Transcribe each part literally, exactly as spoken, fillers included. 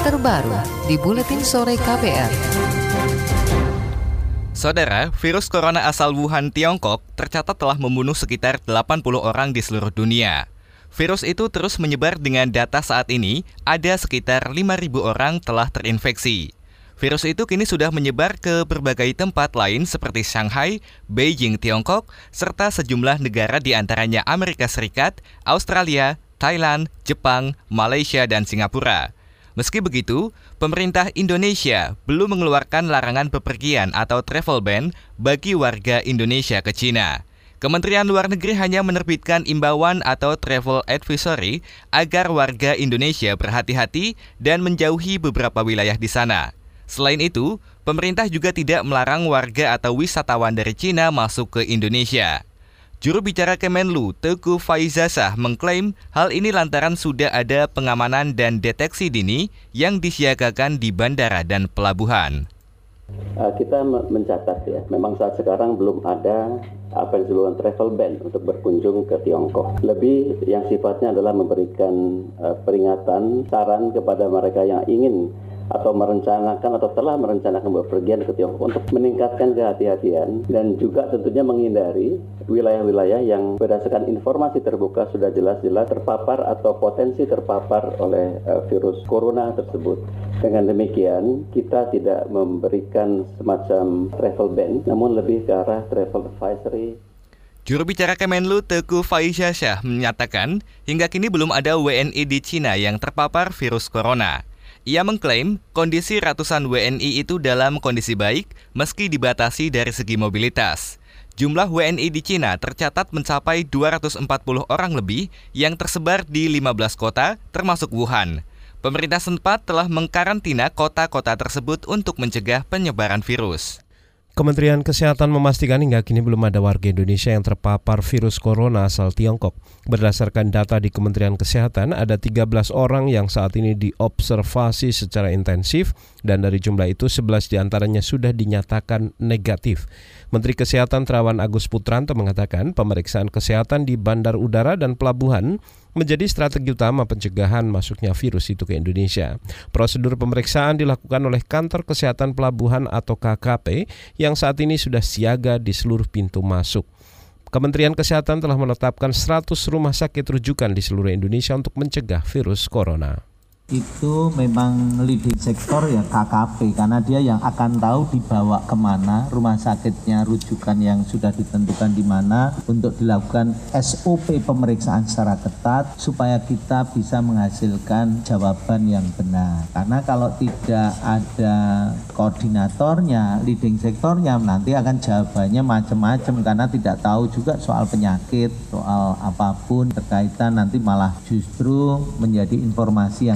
terbaru di Buletin Sore K B R. Saudara, virus corona asal Wuhan, Tiongkok tercatat telah membunuh sekitar delapan puluh orang di seluruh dunia. Virus itu terus menyebar dengan data saat ini ada sekitar lima ribu orang telah terinfeksi. Virus itu kini sudah menyebar ke berbagai tempat lain seperti Shanghai, Beijing, Tiongkok, serta sejumlah negara di antaranya Amerika Serikat, Australia, Thailand, Jepang, Malaysia, dan Singapura. Meski begitu, pemerintah Indonesia belum mengeluarkan larangan bepergian atau travel ban bagi warga Indonesia ke China. Kementerian Luar Negeri hanya menerbitkan imbauan atau travel advisory agar warga Indonesia berhati-hati dan menjauhi beberapa wilayah di sana. Selain itu, pemerintah juga tidak melarang warga atau wisatawan dari Cina masuk ke Indonesia. Juru bicara Kemenlu, Teuku Faizasah, mengklaim hal ini lantaran sudah ada pengamanan dan deteksi dini yang disiagakan di bandara dan pelabuhan. Kita mencatat ya, memang saat sekarang belum ada apa yang disebut travel ban untuk berkunjung ke Tiongkok. Lebih yang sifatnya adalah memberikan uh, peringatan, saran kepada mereka yang ingin atau merencanakan atau telah merencanakan bepergian ke Tiongkok untuk meningkatkan kehati-hatian dan juga tentunya menghindari wilayah-wilayah yang berdasarkan informasi terbuka sudah jelas-jelas terpapar atau potensi terpapar oleh uh, virus corona tersebut. Dengan demikian, kita tidak memberikan semacam travel ban, namun lebih ke arah travel advisory. Juru bicara Kemenlu Teuku Faizasah menyatakan, hingga kini belum ada W N I di Cina yang terpapar virus corona. Ia mengklaim kondisi ratusan W N I itu dalam kondisi baik meski dibatasi dari segi mobilitas. Jumlah W N I di Cina tercatat mencapai dua ratus empat puluh orang lebih yang tersebar di lima belas kota termasuk Wuhan. Pemerintah setempat telah mengkarantina kota-kota tersebut untuk mencegah penyebaran virus. Kementerian Kesehatan memastikan hingga kini belum ada warga Indonesia yang terpapar virus corona asal Tiongkok. Berdasarkan data di Kementerian Kesehatan, ada tiga belas orang yang saat ini diobservasi secara intensif dan dari jumlah itu sebelas diantaranya sudah dinyatakan negatif. Menteri Kesehatan Terawan Agus Putranto mengatakan pemeriksaan kesehatan di bandar udara dan pelabuhan menjadi strategi utama pencegahan masuknya virus itu ke Indonesia. Prosedur pemeriksaan dilakukan oleh Kantor Kesehatan Pelabuhan atau K K P yang saat ini sudah siaga di seluruh pintu masuk. Kementerian Kesehatan telah menetapkan seratus rumah sakit rujukan di seluruh Indonesia untuk mencegah virus corona. Itu memang leading sektor ya K K P karena dia yang akan tahu dibawa kemana, rumah sakitnya rujukan yang sudah ditentukan di mana untuk dilakukan S O P pemeriksaan secara ketat supaya kita bisa menghasilkan jawaban yang benar. Karena kalau tidak ada koordinatornya, leading sektornya nanti akan jawabannya macam-macam karena tidak tahu juga soal penyakit, soal apapun berkaitan nanti malah justru menjadi informasi yang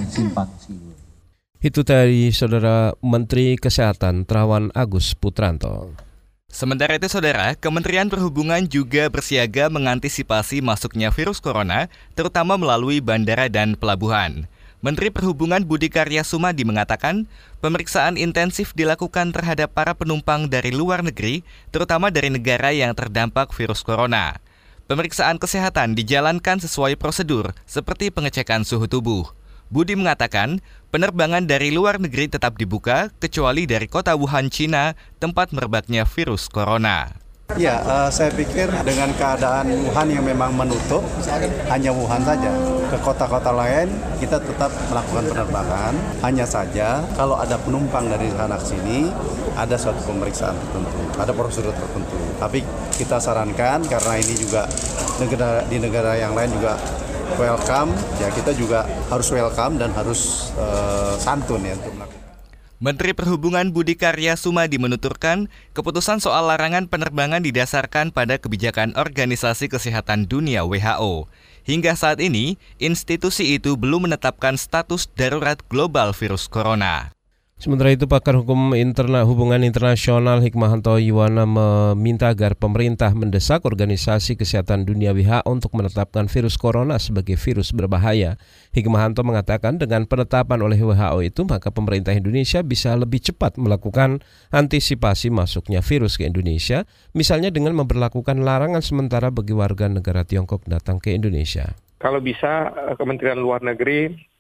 Itu tadi Saudara Menteri Kesehatan Terawan Agus Putranto. Sementara itu Saudara, Kementerian Perhubungan juga bersiaga mengantisipasi masuknya virus corona, terutama melalui bandara dan pelabuhan. Menteri Perhubungan Budi Karya Sumadi mengatakan, pemeriksaan intensif dilakukan terhadap para penumpang dari luar negeri, terutama dari negara yang terdampak virus corona. Pemeriksaan kesehatan dijalankan sesuai prosedur, seperti pengecekan suhu tubuh. Budi mengatakan, penerbangan dari luar negeri tetap dibuka, kecuali dari kota Wuhan, Cina, tempat merebaknya virus corona. Ya, uh, saya pikir dengan keadaan Wuhan yang memang menutup, hanya Wuhan saja. Ke kota-kota lain, kita tetap melakukan penerbangan. Hanya saja, kalau ada penumpang dari sana ke sini, ada suatu pemeriksaan tertentu, ada prosedur tertentu. Tapi kita sarankan, karena ini juga negara, di negara yang lain juga welcome, ya kita juga harus welcome dan harus uh, santun ya untuk melakukan. Menteri Perhubungan Budi Karya Sumadi menuturkan, keputusan soal larangan penerbangan didasarkan pada kebijakan Organisasi Kesehatan Dunia W H O. Hingga saat ini, institusi itu belum menetapkan status darurat global virus corona. Sementara itu, pakar hukum interna, hubungan internasional Hikmahanto Yuwana meminta agar pemerintah mendesak Organisasi Kesehatan Dunia W H O untuk menetapkan virus corona sebagai virus berbahaya. Hikmahanto mengatakan dengan penetapan oleh W H O itu, maka pemerintah Indonesia bisa lebih cepat melakukan antisipasi masuknya virus ke Indonesia, misalnya dengan memberlakukan larangan sementara bagi warga negara Tiongkok datang ke Indonesia. Kalau bisa Kementerian Luar Negeri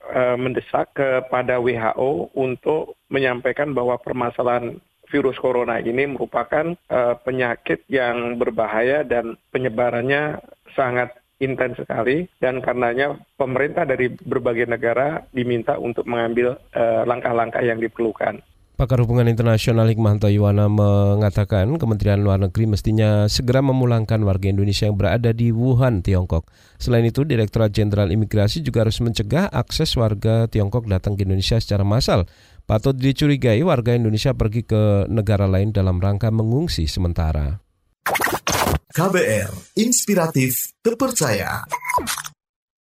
uh, mendesak kepada W H O untuk menyampaikan bahwa permasalahan virus corona ini merupakan uh, penyakit yang berbahaya dan penyebarannya sangat intens sekali, dan karenanya pemerintah dari berbagai negara diminta untuk mengambil uh, langkah-langkah yang diperlukan. Pakar Hubungan Internasional Hikmahanto Yuwana mengatakan Kementerian Luar Negeri mestinya segera memulangkan warga Indonesia yang berada di Wuhan, Tiongkok. Selain itu, Direktorat Jenderal Imigrasi juga harus mencegah akses warga Tiongkok datang ke Indonesia secara massal. Patut dicurigai warga Indonesia pergi ke negara lain dalam rangka mengungsi sementara. K B R, inspiratif, terpercaya.